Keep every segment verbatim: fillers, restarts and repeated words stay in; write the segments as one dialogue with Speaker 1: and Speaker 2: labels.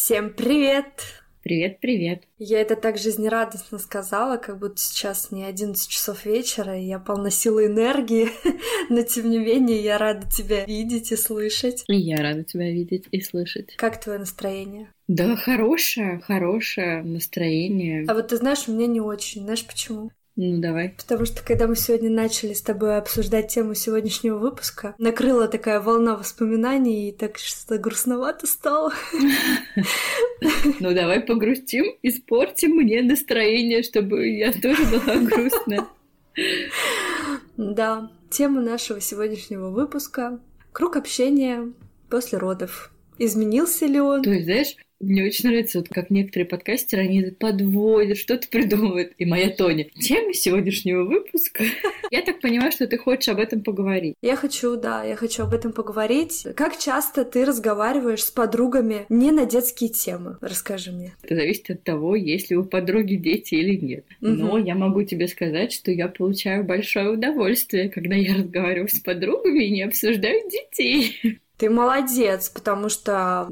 Speaker 1: Всем привет!
Speaker 2: Привет-привет!
Speaker 1: Я это так жизнерадостно сказала, как будто сейчас не одиннадцать часов вечера, и я полна силы энергии, но тем не менее я рада тебя видеть и слышать.
Speaker 2: И я рада тебя видеть и слышать.
Speaker 1: Как твое настроение?
Speaker 2: Да, хорошее, хорошее настроение.
Speaker 1: А вот ты знаешь, у меня не очень. Знаешь почему?
Speaker 2: Ну, давай.
Speaker 1: Потому что, когда мы сегодня начали с тобой обсуждать тему сегодняшнего выпуска, накрыла такая волна воспоминаний, и так что-то грустновато стало.
Speaker 2: Ну, давай погрустим, испортим мне настроение, чтобы я тоже была грустная.
Speaker 1: Да, тема нашего сегодняшнего выпуска — круг общения после родов. Изменился ли он?
Speaker 2: То есть, знаешь, мне очень нравится, вот как некоторые подкастеры, они подводят, что-то придумывают. И моя Тоня, тема сегодняшнего выпуска. Я так понимаю, что ты хочешь об этом поговорить.
Speaker 1: Я хочу, да, я хочу об этом поговорить. Как часто ты разговариваешь с подругами не на детские темы? Расскажи мне.
Speaker 2: Это зависит от того, есть ли у подруги дети или нет.
Speaker 1: Угу.
Speaker 2: Но я могу тебе сказать, что я получаю большое удовольствие, когда я разговариваю с подругами и не обсуждаю детей.
Speaker 1: Ты молодец, потому что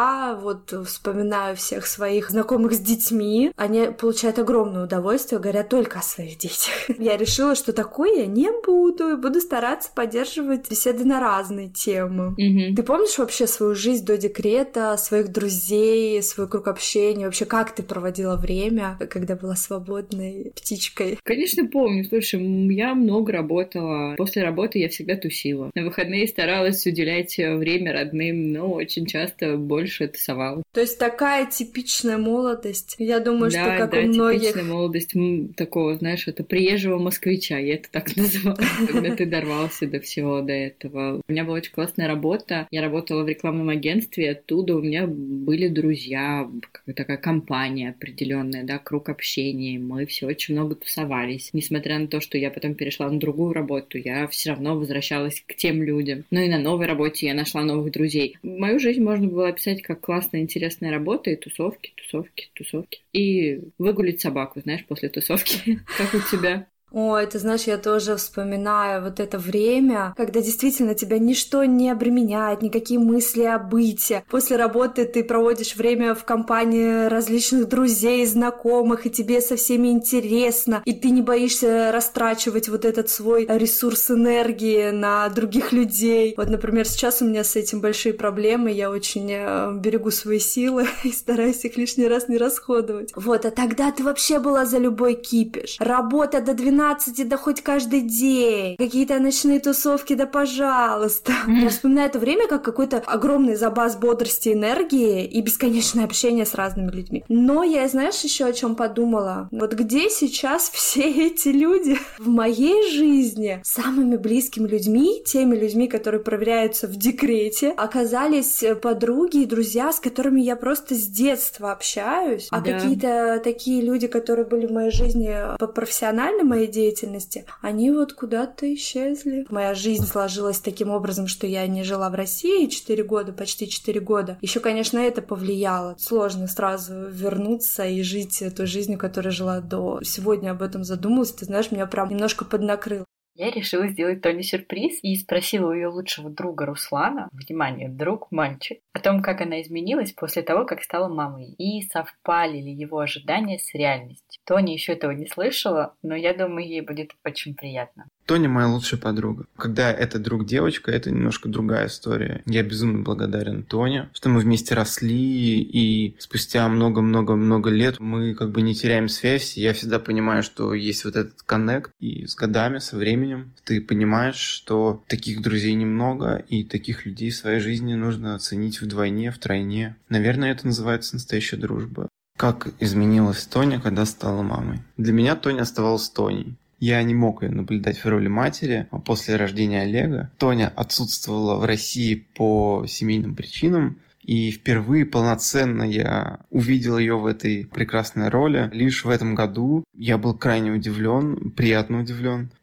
Speaker 1: я вот вспоминаю всех своих знакомых с детьми. Они получают огромное удовольствие, говорят только о своих детях. Я решила, что такое я не буду, и буду стараться поддерживать беседы на разные темы.
Speaker 2: Угу.
Speaker 1: Ты помнишь вообще свою жизнь до декрета, своих друзей, свой круг общения? Вообще, как ты проводила время, когда была свободной птичкой?
Speaker 2: Конечно, помню. Слушай, я много работала. После работы я всегда тусила. На выходные старалась уделять время родным, но очень часто больше тусовала.
Speaker 1: То есть такая типичная молодость. Я думаю,
Speaker 2: да,
Speaker 1: что как
Speaker 2: да,
Speaker 1: у многих...
Speaker 2: типичная молодость такого, знаешь, это приезжего москвича, я это так называю, когда ты дорвался до всего до этого. У меня была очень классная работа. Я работала в рекламном агентстве, оттуда у меня были друзья, такая компания определенная, да, круг общения. Мы все очень много тусовались. Несмотря на то, что я потом перешла на другую работу, я все равно возвращалась к тем людям. Ну и на новой работе я нашла новых друзей. Мою жизнь можно было описать как классная, интересная работа и тусовки, тусовки, тусовки. И выгулить собаку, знаешь, после тусовки. Как у тебя?
Speaker 1: Ой, ты знаешь, я тоже вспоминаю вот это время, когда действительно тебя ничто не обременяет, никакие мысли о быте. После работы ты проводишь время в компании различных друзей, знакомых, и тебе со всеми интересно, и ты не боишься растрачивать вот этот свой ресурс энергии на других людей. Вот, например, сейчас у меня с этим большие проблемы, я очень берегу свои силы и стараюсь их лишний раз не расходовать. Вот, а тогда ты вообще была за любой кипиш. Работа до двенадцати да хоть каждый день. Какие-то ночные тусовки, да пожалуйста. Mm. Я вспоминаю это время как какой-то огромный запас бодрости, энергии и бесконечное общение с разными людьми. Но я, знаешь, еще о чем подумала? Вот где сейчас все эти люди? В моей жизни самыми близкими людьми, теми людьми, которые проверяются в декрете, оказались подруги и друзья, с которыми я просто с детства общаюсь. А
Speaker 2: да.
Speaker 1: Какие-то такие люди, которые были в моей жизни по профессиональной моей деятельности, они вот куда-то исчезли. Моя жизнь сложилась таким образом, что я не жила в России четыре года, почти четыре года. Еще, конечно, это повлияло. Сложно сразу вернуться и жить той жизнью, которой жила до. Сегодня об этом задумалась, ты знаешь, меня прям немножко поднакрыло.
Speaker 2: Я решила сделать Тоне сюрприз и спросила у ее лучшего друга Руслана, внимание, друг мальчик, о том, как она изменилась после того, как стала мамой, и совпали ли его ожидания с реальностью. Тоня еще этого не слышала, но я думаю, ей будет очень приятно.
Speaker 3: Тоня моя лучшая подруга. Когда это друг девочка, это немножко другая история. Я безумно благодарен Тоне, что мы вместе росли, и спустя много-много-много лет мы как бы не теряем связь. Я всегда понимаю, что есть вот этот коннект, и с годами, со временем ты понимаешь, что таких друзей немного, и таких людей в своей жизни нужно оценить вдвойне, втройне. Наверное, это называется настоящая дружба. Как изменилась Тоня, когда стала мамой? Для меня Тоня оставалась Тоней. Я не мог ее наблюдать в роли матери. После рождения Олега Тоня отсутствовала в России по семейным причинам. И впервые полноценно я увидел ее в этой прекрасной роли лишь в этом году. Я был крайне удивлен, приятно удивлен.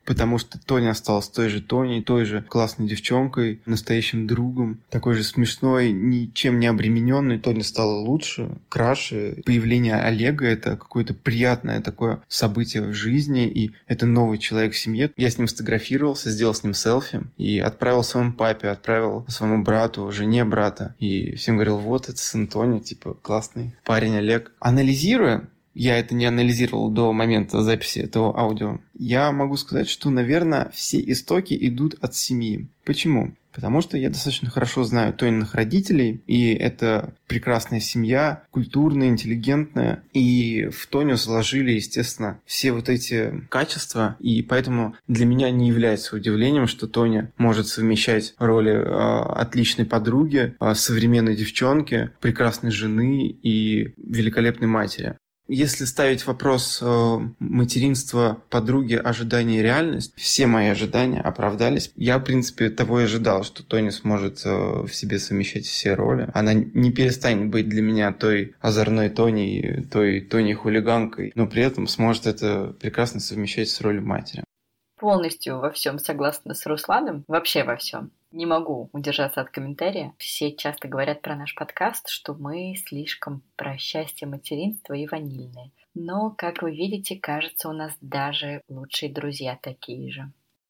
Speaker 3: потому что Тоня осталась той же Тоней, той же классной девчонкой, настоящим другом, такой же смешной, ничем не обремененной. Тоня стала лучше, краше. Появление Олега — это какое-то приятное такое событие в жизни, и это новый человек в семье. Я с ним сфотографировался, сделал с ним селфи и отправил своему папе, отправил своему брату, жене брата, и всем говорил: вот это сын Тони, типа классный парень Олег. Анализируя, я это не анализировал до момента записи этого аудио, я могу сказать, что, наверное, все истоки идут от семьи. Почему? Потому что я достаточно хорошо знаю Тониных родителей, и это прекрасная семья, культурная, интеллигентная, и в Тоню заложили, естественно, все вот эти качества, и поэтому для меня не является удивлением, что Тоня может совмещать роли э, отличной подруги, э, современной девчонки, прекрасной жены и великолепной матери. Если ставить вопрос э, материнства, подруги, ожидания и реальность, все мои ожидания оправдались. Я, в принципе, того и ожидал, что Тоня сможет э, в себе совмещать все роли. Она не перестанет быть для меня той озорной Тоней, той Тоней-хулиганкой, но при этом сможет это прекрасно совмещать с ролью матери.
Speaker 2: Полностью во всем согласна с Русланом, вообще во всем. Не могу удержаться от комментария. Все часто говорят про наш подкаст, что мы слишком про счастье материнства и ванильные. Но, как вы видите, кажется, у нас даже лучшие друзья такие же.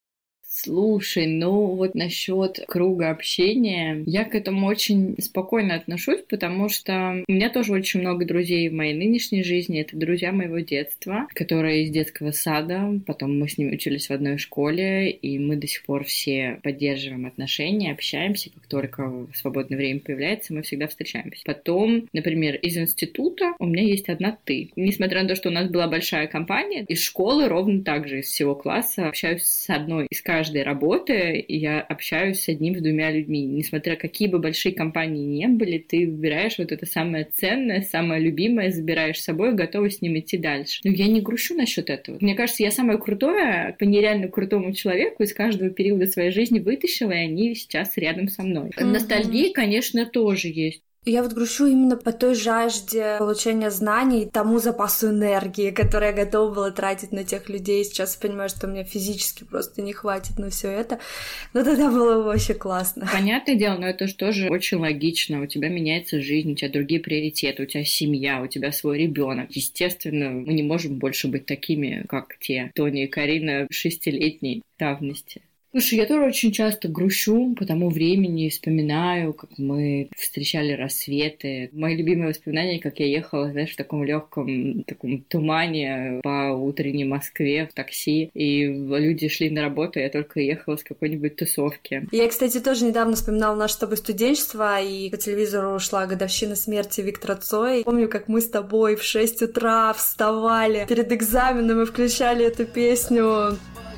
Speaker 2: Слушай, ну вот насчет круга общения, я к этому очень спокойно отношусь, потому что у меня тоже очень много друзей в моей нынешней жизни. Это друзья моего детства, которые из детского сада, потом мы с ними учились в одной школе, и мы до сих пор все поддерживаем отношения, общаемся, как только в свободное время появляется, мы всегда встречаемся. Потом, например, из института у меня есть одна ты. Несмотря на то, что у нас была большая компания, из школы ровно так же, из всего класса общаюсь с одной из каждой каждой работы я общаюсь с одним-двумя людьми. Несмотря какие бы большие компании не были, ты выбираешь вот это самое ценное, самое любимое, забираешь с собой, готова с ним идти дальше. Но я не грущу насчет этого. Мне кажется, я самое крутое по нереально крутому человеку из каждого периода своей жизни вытащила, и они сейчас рядом со мной. Mm-hmm. Ностальгия, конечно, тоже есть.
Speaker 1: Я вот грущу именно по той жажде получения знаний, тому запасу энергии, который я готова была тратить на тех людей. Сейчас я понимаю, что мне физически просто не хватит на все это. Но тогда было вообще классно.
Speaker 2: Понятное дело, но это же тоже очень логично. У тебя меняется жизнь, у тебя другие приоритеты, у тебя семья, у тебя свой ребенок. Естественно, мы не можем больше быть такими, как те Тоня и Карина шестилетней давности. Слушай, я тоже очень часто грущу по тому времени, вспоминаю, как мы встречали рассветы. Мои любимые воспоминания, как я ехала, знаешь, в таком легком таком тумане по утренней Москве в такси, и люди шли на работу, я только ехала с какой-нибудь тусовки.
Speaker 1: Я, кстати, тоже недавно вспоминала наше с тобой студенчество, и по телевизору шла годовщина смерти Виктора Цоя. Помню, как мы с тобой в шесть утра вставали перед экзаменом и включали эту песню.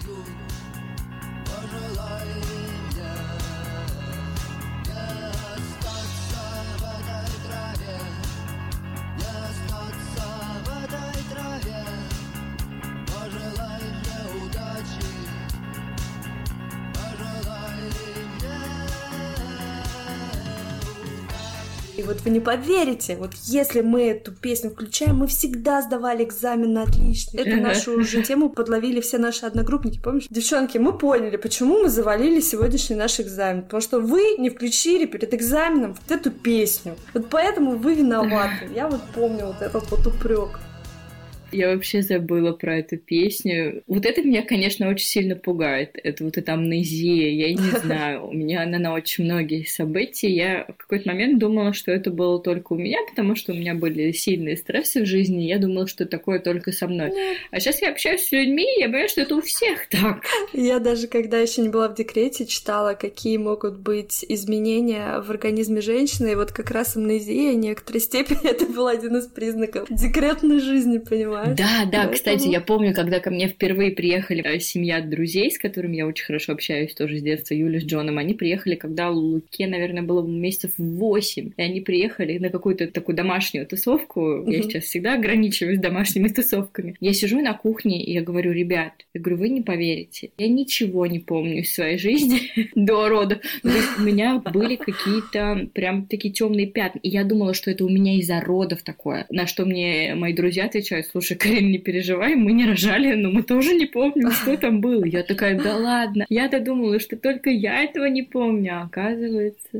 Speaker 1: И вот вы не поверите, вот если мы эту песню включаем, мы всегда сдавали экзамен на отлично. Это нашу уже тему подловили все наши одногруппники, помнишь? Девчонки, мы поняли, почему мы завалили сегодняшний наш экзамен. Потому что вы не включили перед экзаменом вот эту песню. Вот поэтому вы виноваты. Я вот помню вот этот вот упрек.
Speaker 2: Я вообще забыла про эту песню. Вот это меня, конечно, очень сильно пугает. Это вот эта амнезия, я не знаю. У меня она на очень многие события. Я в какой-то момент думала, что это было только у меня, потому что у меня были сильные стрессы в жизни. Я думала, что такое только со мной. Нет. А сейчас я общаюсь с людьми, и я понимаю, что это у всех так.
Speaker 1: Я даже, когда еще не была в декрете, читала, какие могут быть изменения в организме женщины. И вот как раз амнезия в некоторой степени это был один из признаков декретной жизни, понимаешь?
Speaker 2: Да, да, поэтому... кстати, я помню, когда ко мне впервые приехали семья друзей, с которыми я очень хорошо общаюсь тоже с детства, Юля с Джоном, они приехали, когда Луке, наверное, было месяцев восемь, и они приехали на какую-то такую домашнюю тусовку, uh-huh. Я сейчас всегда ограничиваюсь домашними тусовками. Я сижу на кухне, и я говорю: ребят, я говорю, вы не поверите, я ничего не помню из своей жизни до родов. То есть у меня были какие-то прям такие темные пятна, и я думала, что это у меня из-за родов такое, на что мне мои друзья отвечают: слушай, слушай, Карин, не переживай, мы не рожали, но мы тоже не помним, что там было. Я такая, да ладно. Я-то думала, что только я этого не помню, а оказывается...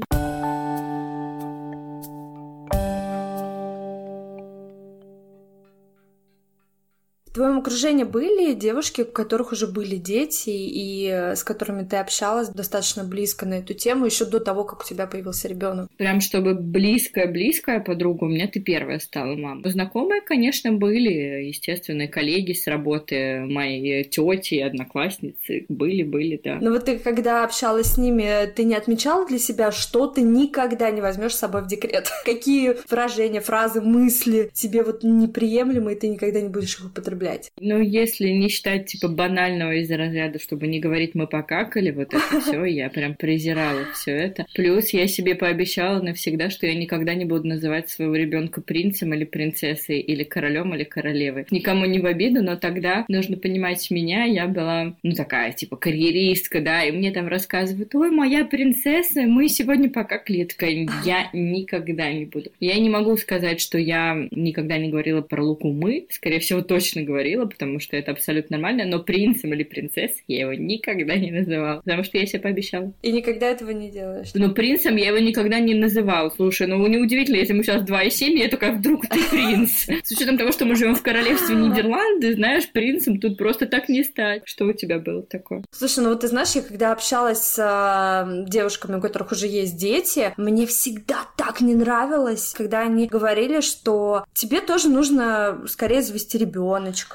Speaker 1: В твоем окружении были девушки, у которых уже были дети, и с которыми ты общалась достаточно близко на эту тему еще до того, как у тебя появился ребенок?
Speaker 2: Прям чтобы близкая-близкая подруга, у меня ты первая стала мама. Знакомые, конечно, были, естественно, коллеги с работы, мои тети, одноклассницы, были-были, да.
Speaker 1: Но вот ты, когда общалась с ними, ты не отмечала для себя, что ты никогда не возьмешь с собой в декрет? Какие выражения, фразы, мысли тебе вот неприемлемы, и ты никогда не будешь их употреблять?
Speaker 2: Ну, если не считать, типа, банального из разряда, чтобы не говорить «мы покакали», вот это все, я прям презирала все это. Плюс я себе пообещала навсегда, что я никогда не буду называть своего ребенка принцем или принцессой, или королем, или королевой. Никому не в обиду, но тогда, нужно понимать меня, я была, ну, такая, типа, карьеристка, да, и мне там рассказывают: ой, моя принцесса, мы сегодня покакали. Я такая, я никогда не буду. Я не могу сказать, что я никогда не говорила про Луку «мы», скорее всего, точно говорила, потому что это абсолютно нормально, но принцем или принцессой я его никогда не называла, потому что я себе пообещала.
Speaker 1: И никогда этого не делаешь?
Speaker 2: Ну, принцем я его никогда не называла. Слушай, ну неудивительно, если мы сейчас два и семь, я такая, вдруг ты принц. С учетом того, что мы живем в королевстве Нидерланды, знаешь, принцем тут просто так не стать. Что у тебя было такое?
Speaker 1: Слушай, ну вот ты знаешь, я когда общалась с э, девушками, у которых уже есть дети, мне всегда так не нравилось, когда они говорили, что тебе тоже нужно скорее завести ребеночка.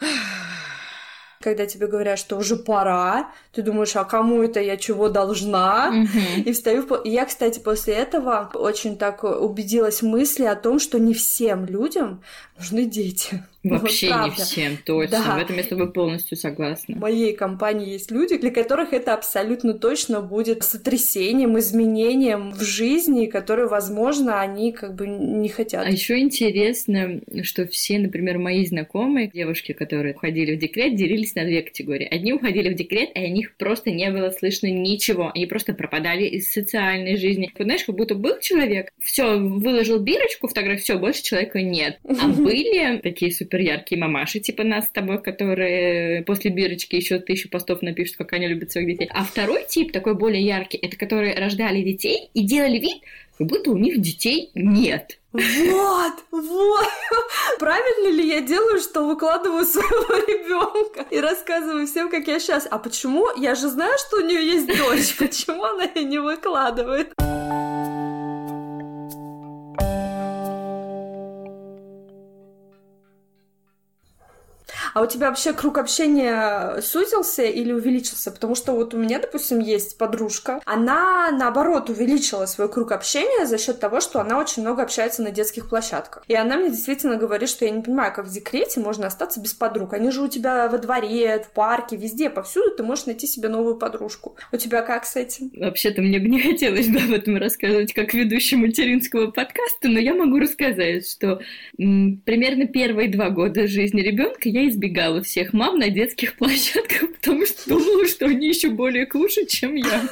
Speaker 1: Когда тебе говорят, что уже пора, ты думаешь, а кому это я чего должна? Mm-hmm. И встаю... В... И я, кстати, после этого очень так убедилась в мысли о том, что не всем людям нужны дети.
Speaker 2: Вообще
Speaker 1: вот,
Speaker 2: не всем, точно. Да. В этом я с тобой полностью согласна.
Speaker 1: В моей компании есть люди, для которых это абсолютно точно будет сотрясением, изменением в жизни, которые, возможно, они как бы не хотят.
Speaker 2: А еще интересно, что все, например, мои знакомые, девушки, которые уходили в декрет, делились на две категории. Одни уходили в декрет, и о них просто не было слышно ничего. Они просто пропадали из социальной жизни. Вот, знаешь, как будто был человек, все, выложил бирочку, фотографию, все, больше человека нет. А были такие супер яркие мамаши, типа нас с тобой, которые после бирочки еще тысячу постов напишут, как они любят своих детей. А второй тип, такой более яркий, это которые рождали детей и делали вид, как будто у них детей нет.
Speaker 1: Вот, вот. Правильно ли я делаю, что выкладываю своего ребенка и рассказываю всем, как я сейчас? А почему? Я же знаю, что у нее есть дочь. Почему она ее не выкладывает? А у тебя вообще круг общения сузился или увеличился? Потому что вот у меня, допустим, есть подружка, она, наоборот, увеличила свой круг общения за счет того, что она очень много общается на детских площадках. И она мне действительно говорит, что я не понимаю, как в декрете можно остаться без подруг. Они же у тебя во дворе, в парке, везде, повсюду ты можешь найти себе новую подружку. У тебя как с этим?
Speaker 2: Вообще-то мне бы не хотелось бы об этом рассказывать как ведущей материнского подкаста, но я могу рассказать, что м, примерно первые два года жизни ребенка я избегала избегала всех мам на детских площадках, потому что думала, что они еще более клуши, чем я.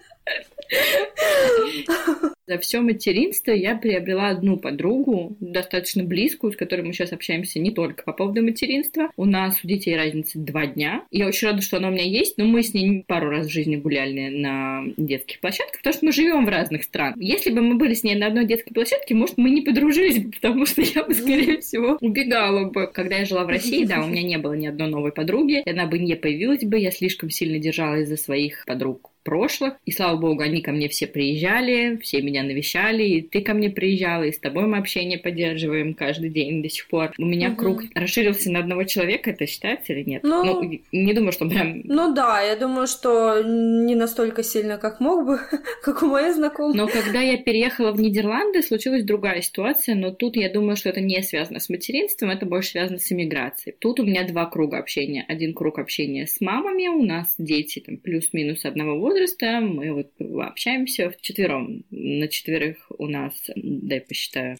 Speaker 2: За все материнство я приобрела одну подругу, достаточно близкую, с которой мы сейчас общаемся не только по поводу материнства. У нас у детей разница два дня. Я очень рада, что она у меня есть, но мы с ней пару раз в жизни гуляли на детских площадках, потому что мы живем в разных странах. Если бы мы были с ней на одной детской площадке, может, мы не подружились бы, потому что я бы, скорее всего, убегала бы. Когда я жила в России, да, у меня не было ни одной новой подруги, и она бы не появилась бы, я слишком сильно держалась за своих подруг прошлых, и слава богу, они ко мне все приезжали, все меня навещали, и ты ко мне приезжала, и с тобой мы общение поддерживаем каждый день до сих пор. У меня угу. круг расширился на одного человека, это считается или нет? Ну, ну, не думаю, что прям...
Speaker 1: Ну да, я думаю, что не настолько сильно, как мог бы, как у моей знакомой.
Speaker 2: Но когда я переехала в Нидерланды, случилась другая ситуация, но тут я думаю, что это не связано с материнством, это больше связано с эмиграцией. Тут у меня два круга общения. Один круг общения с мамами, у нас дети там плюс-минус одного возраста, возраста, мы вот общаемся вчетвером. На четверых у нас, дай посчитаю,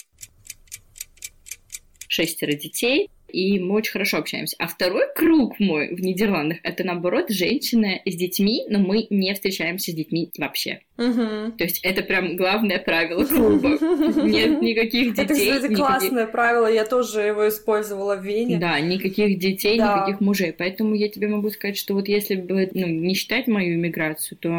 Speaker 2: шестеро детей, и мы очень хорошо общаемся. А второй круг мой в Нидерландах — это, наоборот, женщины с детьми, но мы не встречаемся с детьми вообще.
Speaker 1: Угу.
Speaker 2: То есть это прям главное правило клуба. Нет никаких детей.
Speaker 1: Это, кстати,
Speaker 2: никаких...
Speaker 1: классное правило, я тоже его использовала в Вене.
Speaker 2: Да, никаких детей, да. никаких мужей. Поэтому я тебе могу сказать, что вот если бы ну, не считать мою иммиграцию, то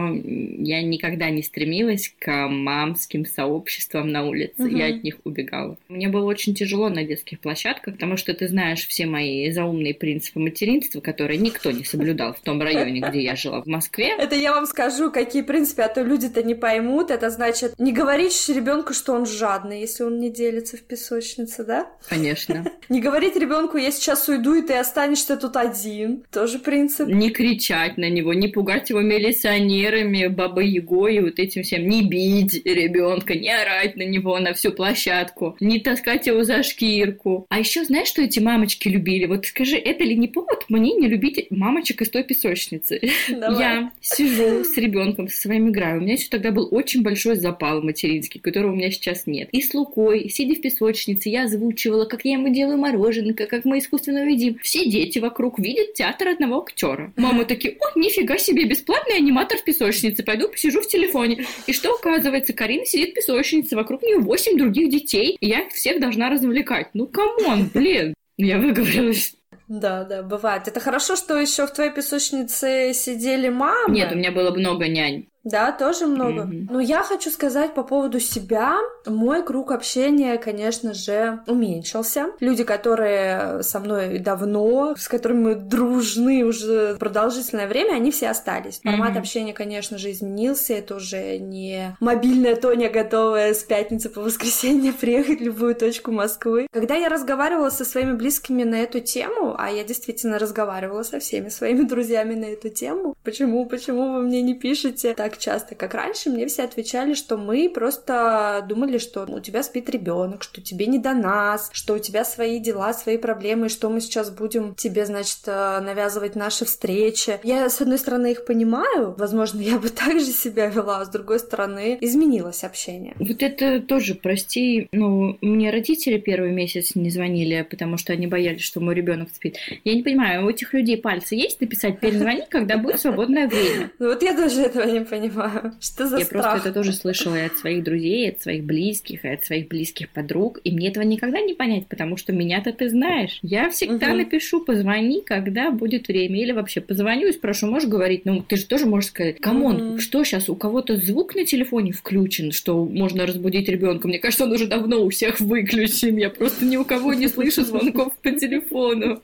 Speaker 2: я никогда не стремилась к мамским сообществам на улице. Угу. Я от них убегала. Мне было очень тяжело на детских площадках, потому что ты знаешь все мои заумные принципы материнства, которые никто не соблюдал в том районе, где я жила в Москве.
Speaker 1: Это я вам скажу, какие принципы, а то люди-то не поймут. Это значит, не говорить ребенку, что он жадный, если он не делится в песочнице, да?
Speaker 2: Конечно.
Speaker 1: Не говорить ребенку, я сейчас уйду, и ты останешься тут один. Тоже принцип.
Speaker 2: Не кричать на него, не пугать его милиционерами, бабой-ягой и вот этим всем. Не бить ребенка, не орать на него на всю площадку, не таскать его за шкирку. А еще знаешь, что эти мамочки любили? Вот скажи, это ли не повод мне не любить мамочек из той песочницы?
Speaker 1: Давай.
Speaker 2: Я сижу с ребенком, со своим играю. У меня еще тогда был очень большой запал материнский, которого у меня сейчас нет. И с Лукой, сидя в песочнице, я озвучивала, как я ему делаю мороженка, как мы искусственно едим. Все дети вокруг видят театр одного актера. Мамы такие: о, нифига себе, бесплатный аниматор в песочнице, пойду посижу в телефоне. И что оказывается? Карина сидит в песочнице, вокруг нее восемь других детей, и я всех должна развлекать. Ну, камон, блин. Я выговорилась.
Speaker 1: Да, да, бывает. Это хорошо, что еще в твоей песочнице сидели мамы.
Speaker 2: Нет, у меня было много нянь.
Speaker 1: Да, тоже много.
Speaker 2: Mm-hmm.
Speaker 1: Но я хочу сказать по поводу себя. Мой круг общения, конечно же, уменьшился. Люди, которые со мной давно, с которыми мы дружны уже продолжительное время, они все остались. Формат mm-hmm. общения, конечно же, изменился. Это уже не мобильная Тоня, готовая с пятницы по воскресенье приехать в любую точку Москвы. Когда я разговаривала со своими близкими на эту тему, а я действительно разговаривала со всеми своими друзьями на эту тему, почему, почему вы мне не пишете так часто, как раньше, мне все отвечали, что мы просто думали, что у тебя спит ребенок, что тебе не до нас, что у тебя свои дела, свои проблемы, и что мы сейчас будем тебе, значит, навязывать наши встречи. Я, с одной стороны, их понимаю, возможно, я бы так же себя вела, а с другой стороны, изменилось общение.
Speaker 2: Вот это тоже, прости, ну, мне родители первый месяц не звонили, потому что они боялись, что мой ребенок спит. Я не понимаю, у этих людей пальцы есть написать «перезвони», когда будет свободное время?
Speaker 1: Ну вот я даже этого не понимаю. Что за
Speaker 2: я
Speaker 1: страх?
Speaker 2: просто это тоже слышала и от своих друзей, и от своих близких, и от своих близких подруг, и мне этого никогда не понять, потому что меня-то ты знаешь. Я всегда угу. напишу «позвони, когда будет время», или вообще позвоню и спрошу, можешь говорить? Ну, ты же тоже можешь сказать: камон, угу. что сейчас, у кого-то звук на телефоне включен, что можно разбудить ребенка? Мне кажется, он уже давно у всех выключен, я просто ни у кого не слышу звонков по телефону.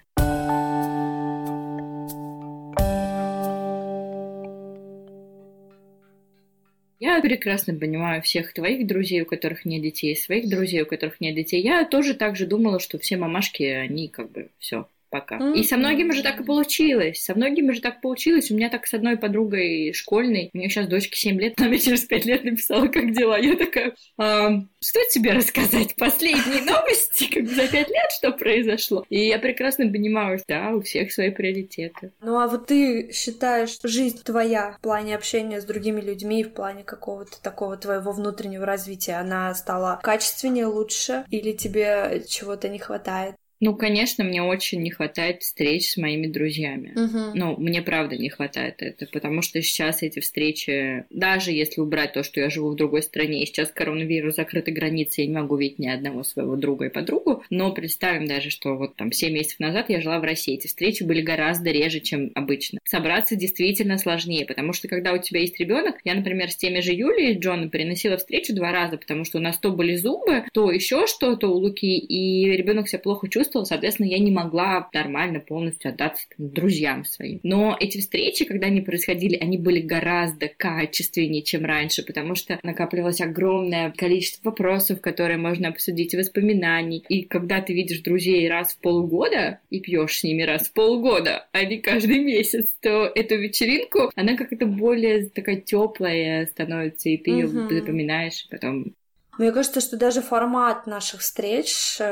Speaker 2: Я прекрасно понимаю всех твоих друзей, у которых нет детей, своих друзей, у которых нет детей. Я тоже так же думала, что все мамашки, они как бы все. Пока. Mm-hmm. И со многими же так и получилось. Со многими же так получилось. У меня так с одной подругой школьной, у нее сейчас дочке семь лет, она мне через пять лет написала, как дела. Я такая: а, что тебе рассказать? Последние новости, как за пять лет, что произошло? И я прекрасно понимаю, да, у всех свои приоритеты.
Speaker 1: Ну а вот ты считаешь, что жизнь твоя в плане общения с другими людьми, в плане какого-то такого твоего внутреннего развития, она стала качественнее, лучше? Или тебе чего-то не хватает?
Speaker 2: Ну, конечно, мне очень не хватает встреч с моими друзьями. Uh-huh. Ну, мне правда не хватает это, потому что сейчас эти встречи, даже если убрать то, что я живу в другой стране, и сейчас коронавирус, закрыты границы, я не могу видеть ни одного своего друга и подругу, но представим даже, что вот там семь месяцев назад я жила в России, эти встречи были гораздо реже, чем обычно. Собраться действительно сложнее, потому что когда у тебя есть ребенок, я, например, с теми же Юлей и Джоном переносила встречу два раза, потому что у нас то были зубы, то еще что-то у Луки, и ребенок себя плохо чувствовал, соответственно, я не могла нормально полностью отдаться там друзьям своим. Но эти встречи, когда они происходили, они были гораздо качественнее, чем раньше, потому что накапливалось огромное количество вопросов, которые можно обсудить, и воспоминаний. И когда ты видишь друзей раз в полгода и пьешь с ними раз в полгода, а не каждый месяц, то эту вечеринку, она как-то более такая теплая становится, и ты ее uh-huh. запоминаешь потом.
Speaker 1: Мне кажется, что даже формат наших встреч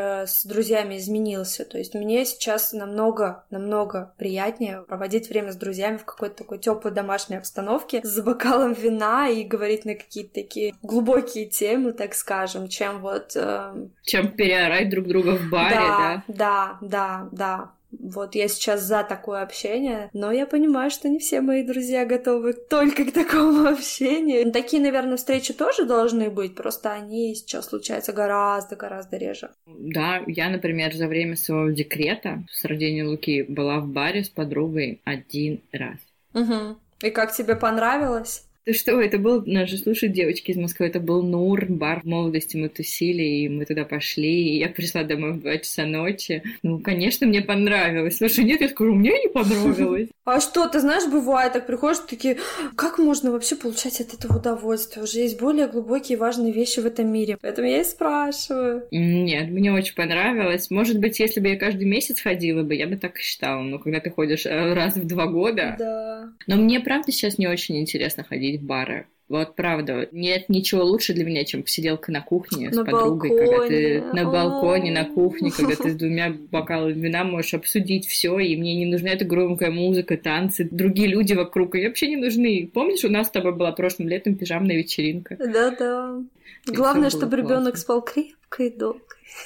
Speaker 1: с друзьями изменился. То есть мне сейчас намного, намного приятнее проводить время с друзьями в какой-то такой теплой домашней обстановке с бокалом вина и говорить на какие-то такие глубокие темы, так скажем, чем вот... Э...
Speaker 2: Чем переорать друг друга в баре, да?
Speaker 1: Да, да, да, да. Вот я сейчас за такое общение, но я понимаю, что не все мои друзья готовы только к такому общению. Такие, наверное, встречи тоже должны быть, просто они сейчас случаются гораздо-гораздо реже.
Speaker 2: Да, я, например, за время своего декрета с рождения Луки была в баре с подругой один раз.
Speaker 1: Угу. И как тебе понравилось?
Speaker 2: Ты что, это был, нас же слушают девочки из Москвы, это был Нур, бар в молодости, мы тусили, и мы туда пошли, и я пришла домой в два часа ночи. Ну, конечно, мне понравилось. Слушай, нет, я скажу, мне не понравилось.
Speaker 1: А что, ты знаешь, бывает, так приходишь, такие, как можно вообще получать от этого удовольствие? Уже есть более глубокие и важные вещи в этом мире. Поэтому я и спрашиваю.
Speaker 2: Нет, мне очень понравилось. Может быть, если бы я каждый месяц ходила бы, я бы так и считала. Но когда ты ходишь раз в два года...
Speaker 1: Да.
Speaker 2: Но мне, правда, сейчас не очень интересно ходить в бары. Вот правда, нет ничего лучше для меня, чем посиделка на кухне с
Speaker 1: на
Speaker 2: подругой,
Speaker 1: балконе.
Speaker 2: Когда ты на балконе, на кухне, когда ты с двумя бокалами вина можешь обсудить все, и мне не нужна эта громкая музыка, танцы, другие люди вокруг, и вообще не нужны. Помнишь, у нас с тобой была прошлым летом пижамная вечеринка?
Speaker 1: Да-да. Главное, чтобы ребенок спал крепко и долго.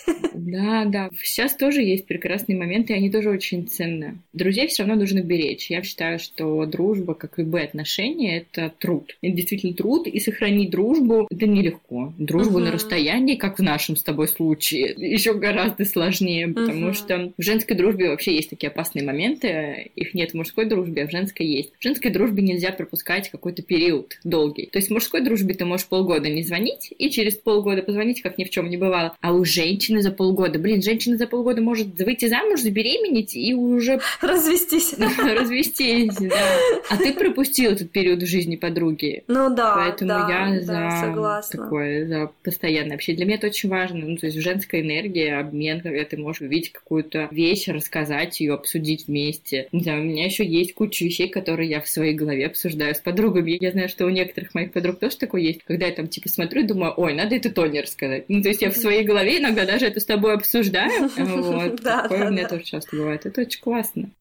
Speaker 2: Да, да. Сейчас тоже есть прекрасные моменты, и они тоже очень ценны. Друзей все равно нужно беречь. Я считаю, что дружба, как и любые отношения, это труд. Это действительно труд, и сохранить дружбу это нелегко. Дружбу uh-huh. на расстоянии, как в нашем с тобой случае, еще гораздо сложнее, потому uh-huh. что в женской дружбе вообще есть такие опасные моменты. Их нет в мужской дружбе, а в женской есть. В женской дружбе нельзя пропускать какой-то период долгий. То есть в мужской дружбе ты можешь полгода не звонить, и через полгода позвонить, как ни в чем не бывало. А у женщин за полгода. Блин, женщина за полгода может выйти замуж, забеременеть и уже...
Speaker 1: Развестись.
Speaker 2: Развестись, да. А ты пропустил этот период в жизни подруги.
Speaker 1: Ну да,
Speaker 2: Поэтому
Speaker 1: да,
Speaker 2: я
Speaker 1: да,
Speaker 2: за
Speaker 1: согласна.
Speaker 2: такое, за постоянное общение. Для меня это очень важно. Ну, то есть женская энергия, обмен, когда ты можешь увидеть какую-то вещь, рассказать ее, обсудить вместе. Не знаю, у меня еще есть куча вещей, которые я в своей голове обсуждаю с подругами. Я знаю, что у некоторых моих подруг тоже такое есть, когда я там типа смотрю и думаю, ой, надо это Тоне рассказать. Ну, то есть я в своей голове иногда даже это с тобой обсуждаю. Вот.
Speaker 1: Да,
Speaker 2: Такое
Speaker 1: да,
Speaker 2: у меня
Speaker 1: да.
Speaker 2: тоже часто бывает. Это очень классно.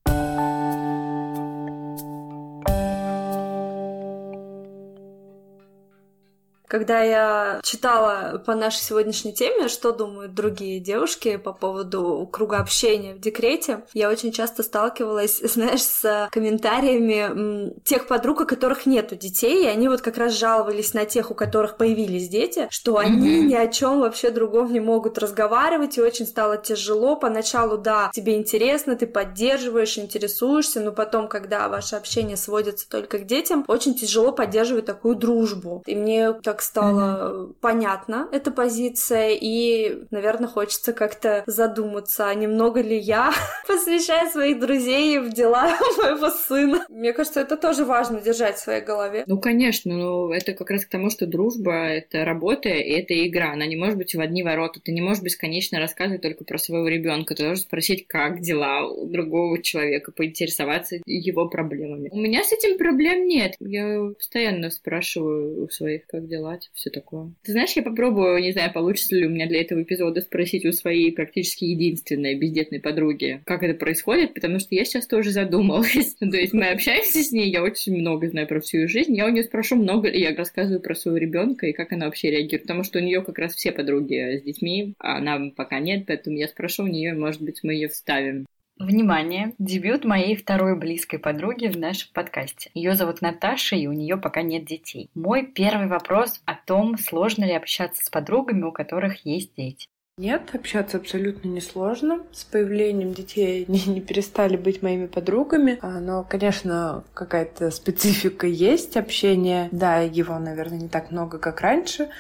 Speaker 1: Когда я читала по нашей сегодняшней теме, что думают другие девушки по поводу круга общения в декрете, я очень часто сталкивалась, знаешь, с комментариями тех подруг, у которых нету детей, и они вот как раз жаловались на тех, у которых появились дети, что они mm-hmm. ни о чем вообще другом не могут разговаривать, и очень стало тяжело. Поначалу, да, тебе интересно, ты поддерживаешь, интересуешься, но потом, когда ваше общение сводится только к детям, очень тяжело поддерживать такую дружбу. И мне так стало mm-hmm. понятна эта позиция, и, наверное, хочется как-то задуматься, а немного ли я посвящаю своих друзей в дела моего сына. Мне кажется, это тоже важно держать в своей голове.
Speaker 2: Ну, конечно, но это как раз к тому, что дружба — это работа, и это игра. Она не может быть в одни ворота. Ты не можешь бесконечно рассказывать только про своего ребенка. Ты должен спросить, как дела у другого человека, поинтересоваться его проблемами. У меня с этим проблем нет. Я постоянно спрашиваю у своих, как дела, все такое. Ты знаешь, я попробую, не знаю, получится ли у меня для этого эпизода спросить у своей практически единственной бездетной подруги, как это происходит, потому что я сейчас тоже задумалась. То есть мы общаемся с ней, я очень много знаю про всю ее жизнь, я у нее спрошу, много ли я рассказываю про своего ребенка и как она вообще реагирует, потому что у нее как раз все подруги с детьми, а она пока нет, поэтому я спрошу у нее, и, может быть, мы ее вставим.
Speaker 4: Внимание! Дебют моей второй близкой подруги в нашем подкасте. Ее зовут Наташа, и у нее пока нет детей. Мой первый вопрос о том, сложно ли общаться с подругами, у которых есть дети.
Speaker 5: Нет, общаться абсолютно несложно. С появлением детей они не перестали быть моими подругами. Но, конечно, какая-то специфика есть общения. Да, его, наверное, не так много, как раньше,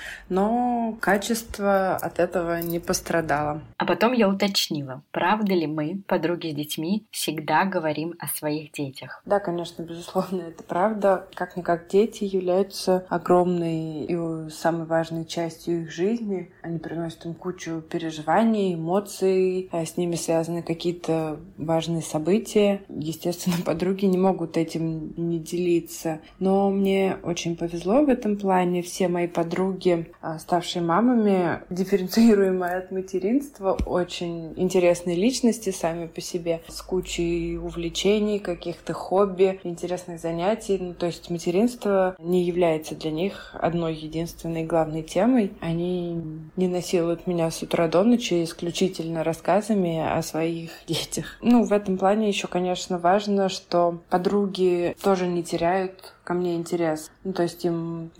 Speaker 5: но качество от этого не пострадало.
Speaker 4: А потом я уточнила, правда ли мы, подруги с детьми, всегда говорим о своих детях?
Speaker 5: Да, конечно, безусловно, это правда. Как-никак дети являются огромной и самой важной частью их жизни. Они приносят им кучу переживаний, эмоций, с ними связаны какие-то важные события. Естественно, подруги не могут этим не делиться. Но мне очень повезло в этом плане. Все мои подруги, ставшие мамами, дифференцируемые от материнства, очень интересные личности сами по себе, с кучей увлечений, каких-то хобби, интересных занятий. Ну, то есть материнство не является для них одной единственной главной темой. Они не насилуют меня с утра утра до ночи исключительно рассказами о своих детях. Ну, в этом плане еще, конечно, важно, что подруги тоже не теряют ко мне интерес. Ну, то есть им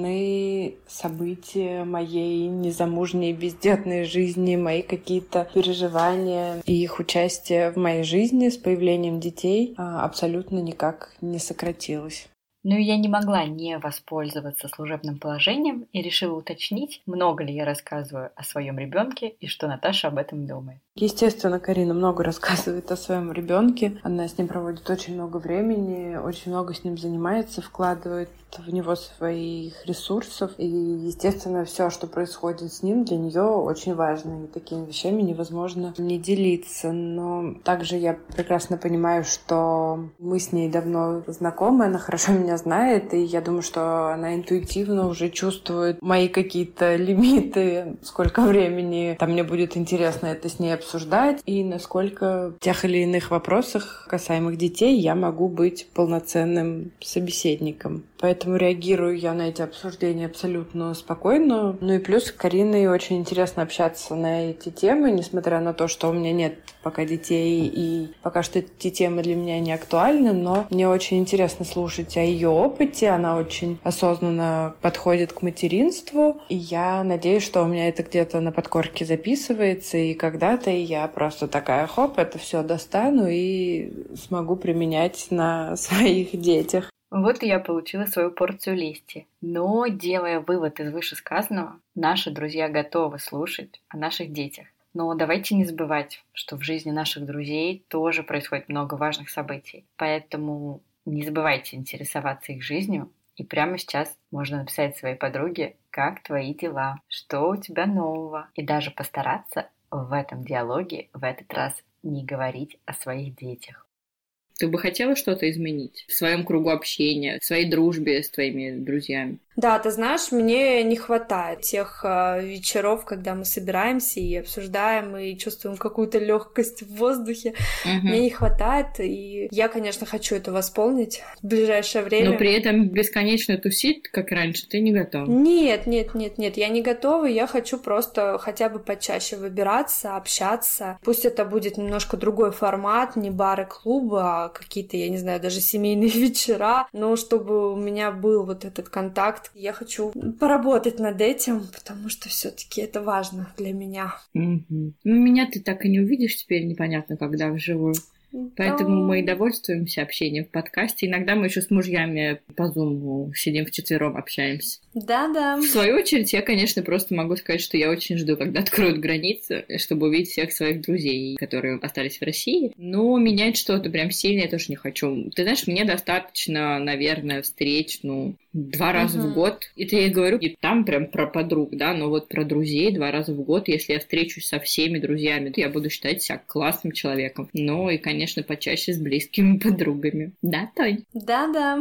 Speaker 5: важны события моей незамужней бездетной жизни, мои какие-то переживания, и их участие в моей жизни с появлением детей абсолютно никак не сократилось.
Speaker 4: Ну и я не могла не воспользоваться служебным положением и решила уточнить, много ли я рассказываю о своем ребенке и что Наташа об этом думает.
Speaker 5: Естественно, Карина много рассказывает о своем ребенке. Она с ним проводит очень много времени, очень много с ним занимается, вкладывает в него своих ресурсов. И, естественно, все, что происходит с ним, для нее очень важно. И такими вещами невозможно не делиться. Но также я прекрасно понимаю, что мы с ней давно знакомы, она хорошо меня знает, и я думаю, что она интуитивно уже чувствует мои какие-то лимиты, сколько времени там мне будет интересно это с ней обсуждать, и насколько в тех или иных вопросах, касаемых детей, я могу быть полноценным собеседником. Поэтому реагирую я на эти обсуждения абсолютно спокойно. Ну и плюс с Кариной очень интересно общаться на эти темы, несмотря на то, что у меня нет пока детей, и пока что эти темы для меня не актуальны, но мне очень интересно слушать о ее опыте. Она очень осознанно подходит к материнству, и я надеюсь, что у меня это где-то на подкорке записывается, и когда-то я просто такая, хоп, это все достану и смогу применять на своих детях.
Speaker 4: Вот и я получила свою порцию лести. Но, делая вывод из вышесказанного, наши друзья готовы слушать о наших детях. Но давайте не забывать, что в жизни наших друзей тоже происходит много важных событий. Поэтому не забывайте интересоваться их жизнью. И прямо сейчас можно написать своей подруге, как твои дела, что у тебя нового. И даже постараться в этом диалоге в этот раз не говорить о своих детях.
Speaker 2: Ты бы хотела что-то изменить в своем кругу общения, в своей дружбе с твоими друзьями?
Speaker 1: Да, ты знаешь, мне не хватает тех э, вечеров, когда мы собираемся и обсуждаем, и чувствуем какую-то легкость в воздухе. Uh-huh. Мне не хватает, и я, конечно, хочу это восполнить в ближайшее время.
Speaker 2: Но при этом бесконечно тусить, как раньше, ты не готова?
Speaker 1: Нет, нет, нет, нет, я не готова, я хочу просто хотя бы почаще выбираться, общаться. Пусть это будет немножко другой формат, не бары, клубы, а какие-то, я не знаю, даже семейные вечера, но чтобы у меня был вот этот контакт. Я хочу поработать над этим, потому что все-таки это важно для меня.
Speaker 2: Mm-hmm. Ну, меня ты так и не увидишь теперь, непонятно, когда вживую. Поэтому да. Мы и довольствуемся общением в подкасте. Иногда мы еще с мужьями по зуму сидим вчетвером, общаемся.
Speaker 1: Да-да.
Speaker 2: В свою очередь, я, конечно, просто могу сказать, что я очень жду, когда откроют границы, чтобы увидеть всех своих друзей, которые остались в России. Но менять что-то прям сильно я тоже не хочу. Ты знаешь, мне достаточно, наверное, встреч, ну, два раза uh-huh. в год. Это я и говорю, и там прям про подруг, да, но вот про друзей два раза в год. Если я встречусь со всеми друзьями, то я буду считать себя классным человеком. Ну и, конечно, почаще с близкими подругами. Да, Тонь?
Speaker 1: Да-да.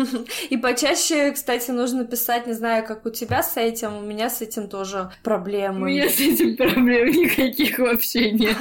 Speaker 1: И почаще, кстати, нужно писать, не знаю, как у тебя с этим, у меня с этим тоже проблемы.
Speaker 2: У меня с этим проблем никаких вообще нет.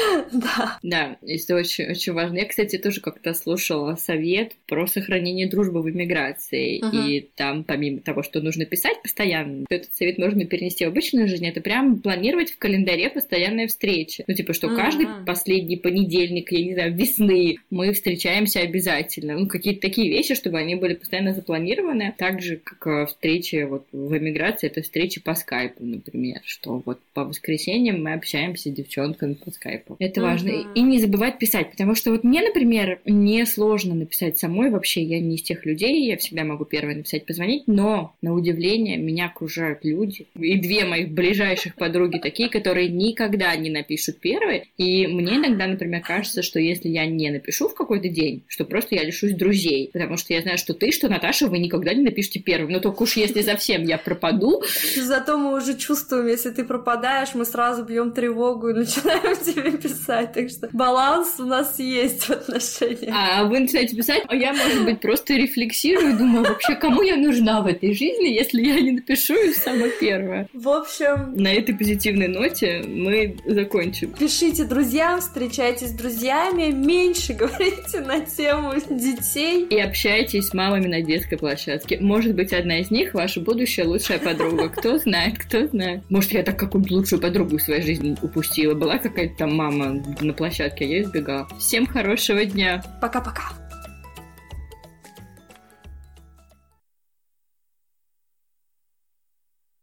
Speaker 1: Да.
Speaker 2: Да, это очень, очень важно. Я, кстати, тоже как-то слушала совет про сохранение дружбы в эмиграции. И там, помимо того, что нужно писать постоянно, этот совет можно перенести в обычную жизнь, это прям планировать в календаре постоянные встречи. Ну, типа, что каждый последний понедельник, я не знаю, весны мы встречаемся обязательно. Ну, какие-то такие вещи, чтобы они были постоянно запланированы. Так же, как встречи вот в эмиграции, это встречи по скайпу, например, что вот по воскресеньям мы общаемся с девчонками по скайпу. Это важно. Uh-huh. И не забывать писать, потому что вот мне, например, не сложно написать самой вообще, я не из тех людей, я всегда могу первой написать, позвонить, но, на удивление, меня окружают люди. И две моих ближайших подруги такие, которые никогда не напишут первые. И мне иногда, например, кажется, что если я не напишу в какой-то день, что просто я лишусь друзей. Потому что я знаю, что ты, что Наташа, вы никогда не напишите первым. Но только уж если совсем я пропаду.
Speaker 1: Зато мы уже чувствуем, если ты пропадаешь, мы сразу бьем тревогу и начинаем тебе писать. Так что баланс у нас есть в отношениях.
Speaker 2: А вы начинаете писать, а я, может быть, просто рефлексирую, думаю, вообще, кому я нужна в этой жизни, если я не напишу их самое первое?
Speaker 1: В общем...
Speaker 2: На этой позитивной ноте мы закончим.
Speaker 1: Пишите друзьям, встречайтесь с друзьями, меньше говорите на тему детей.
Speaker 2: И общайтесь с мамами на детской площадке. Может быть, одна из них ваша будущая лучшая подруга. Кто знает, кто знает. Может, я так какую-то лучшую подругу в своей жизни упустила. Была какая-то там мама на площадке, а я избегала. Всем хорошего дня.
Speaker 1: Пока-пока.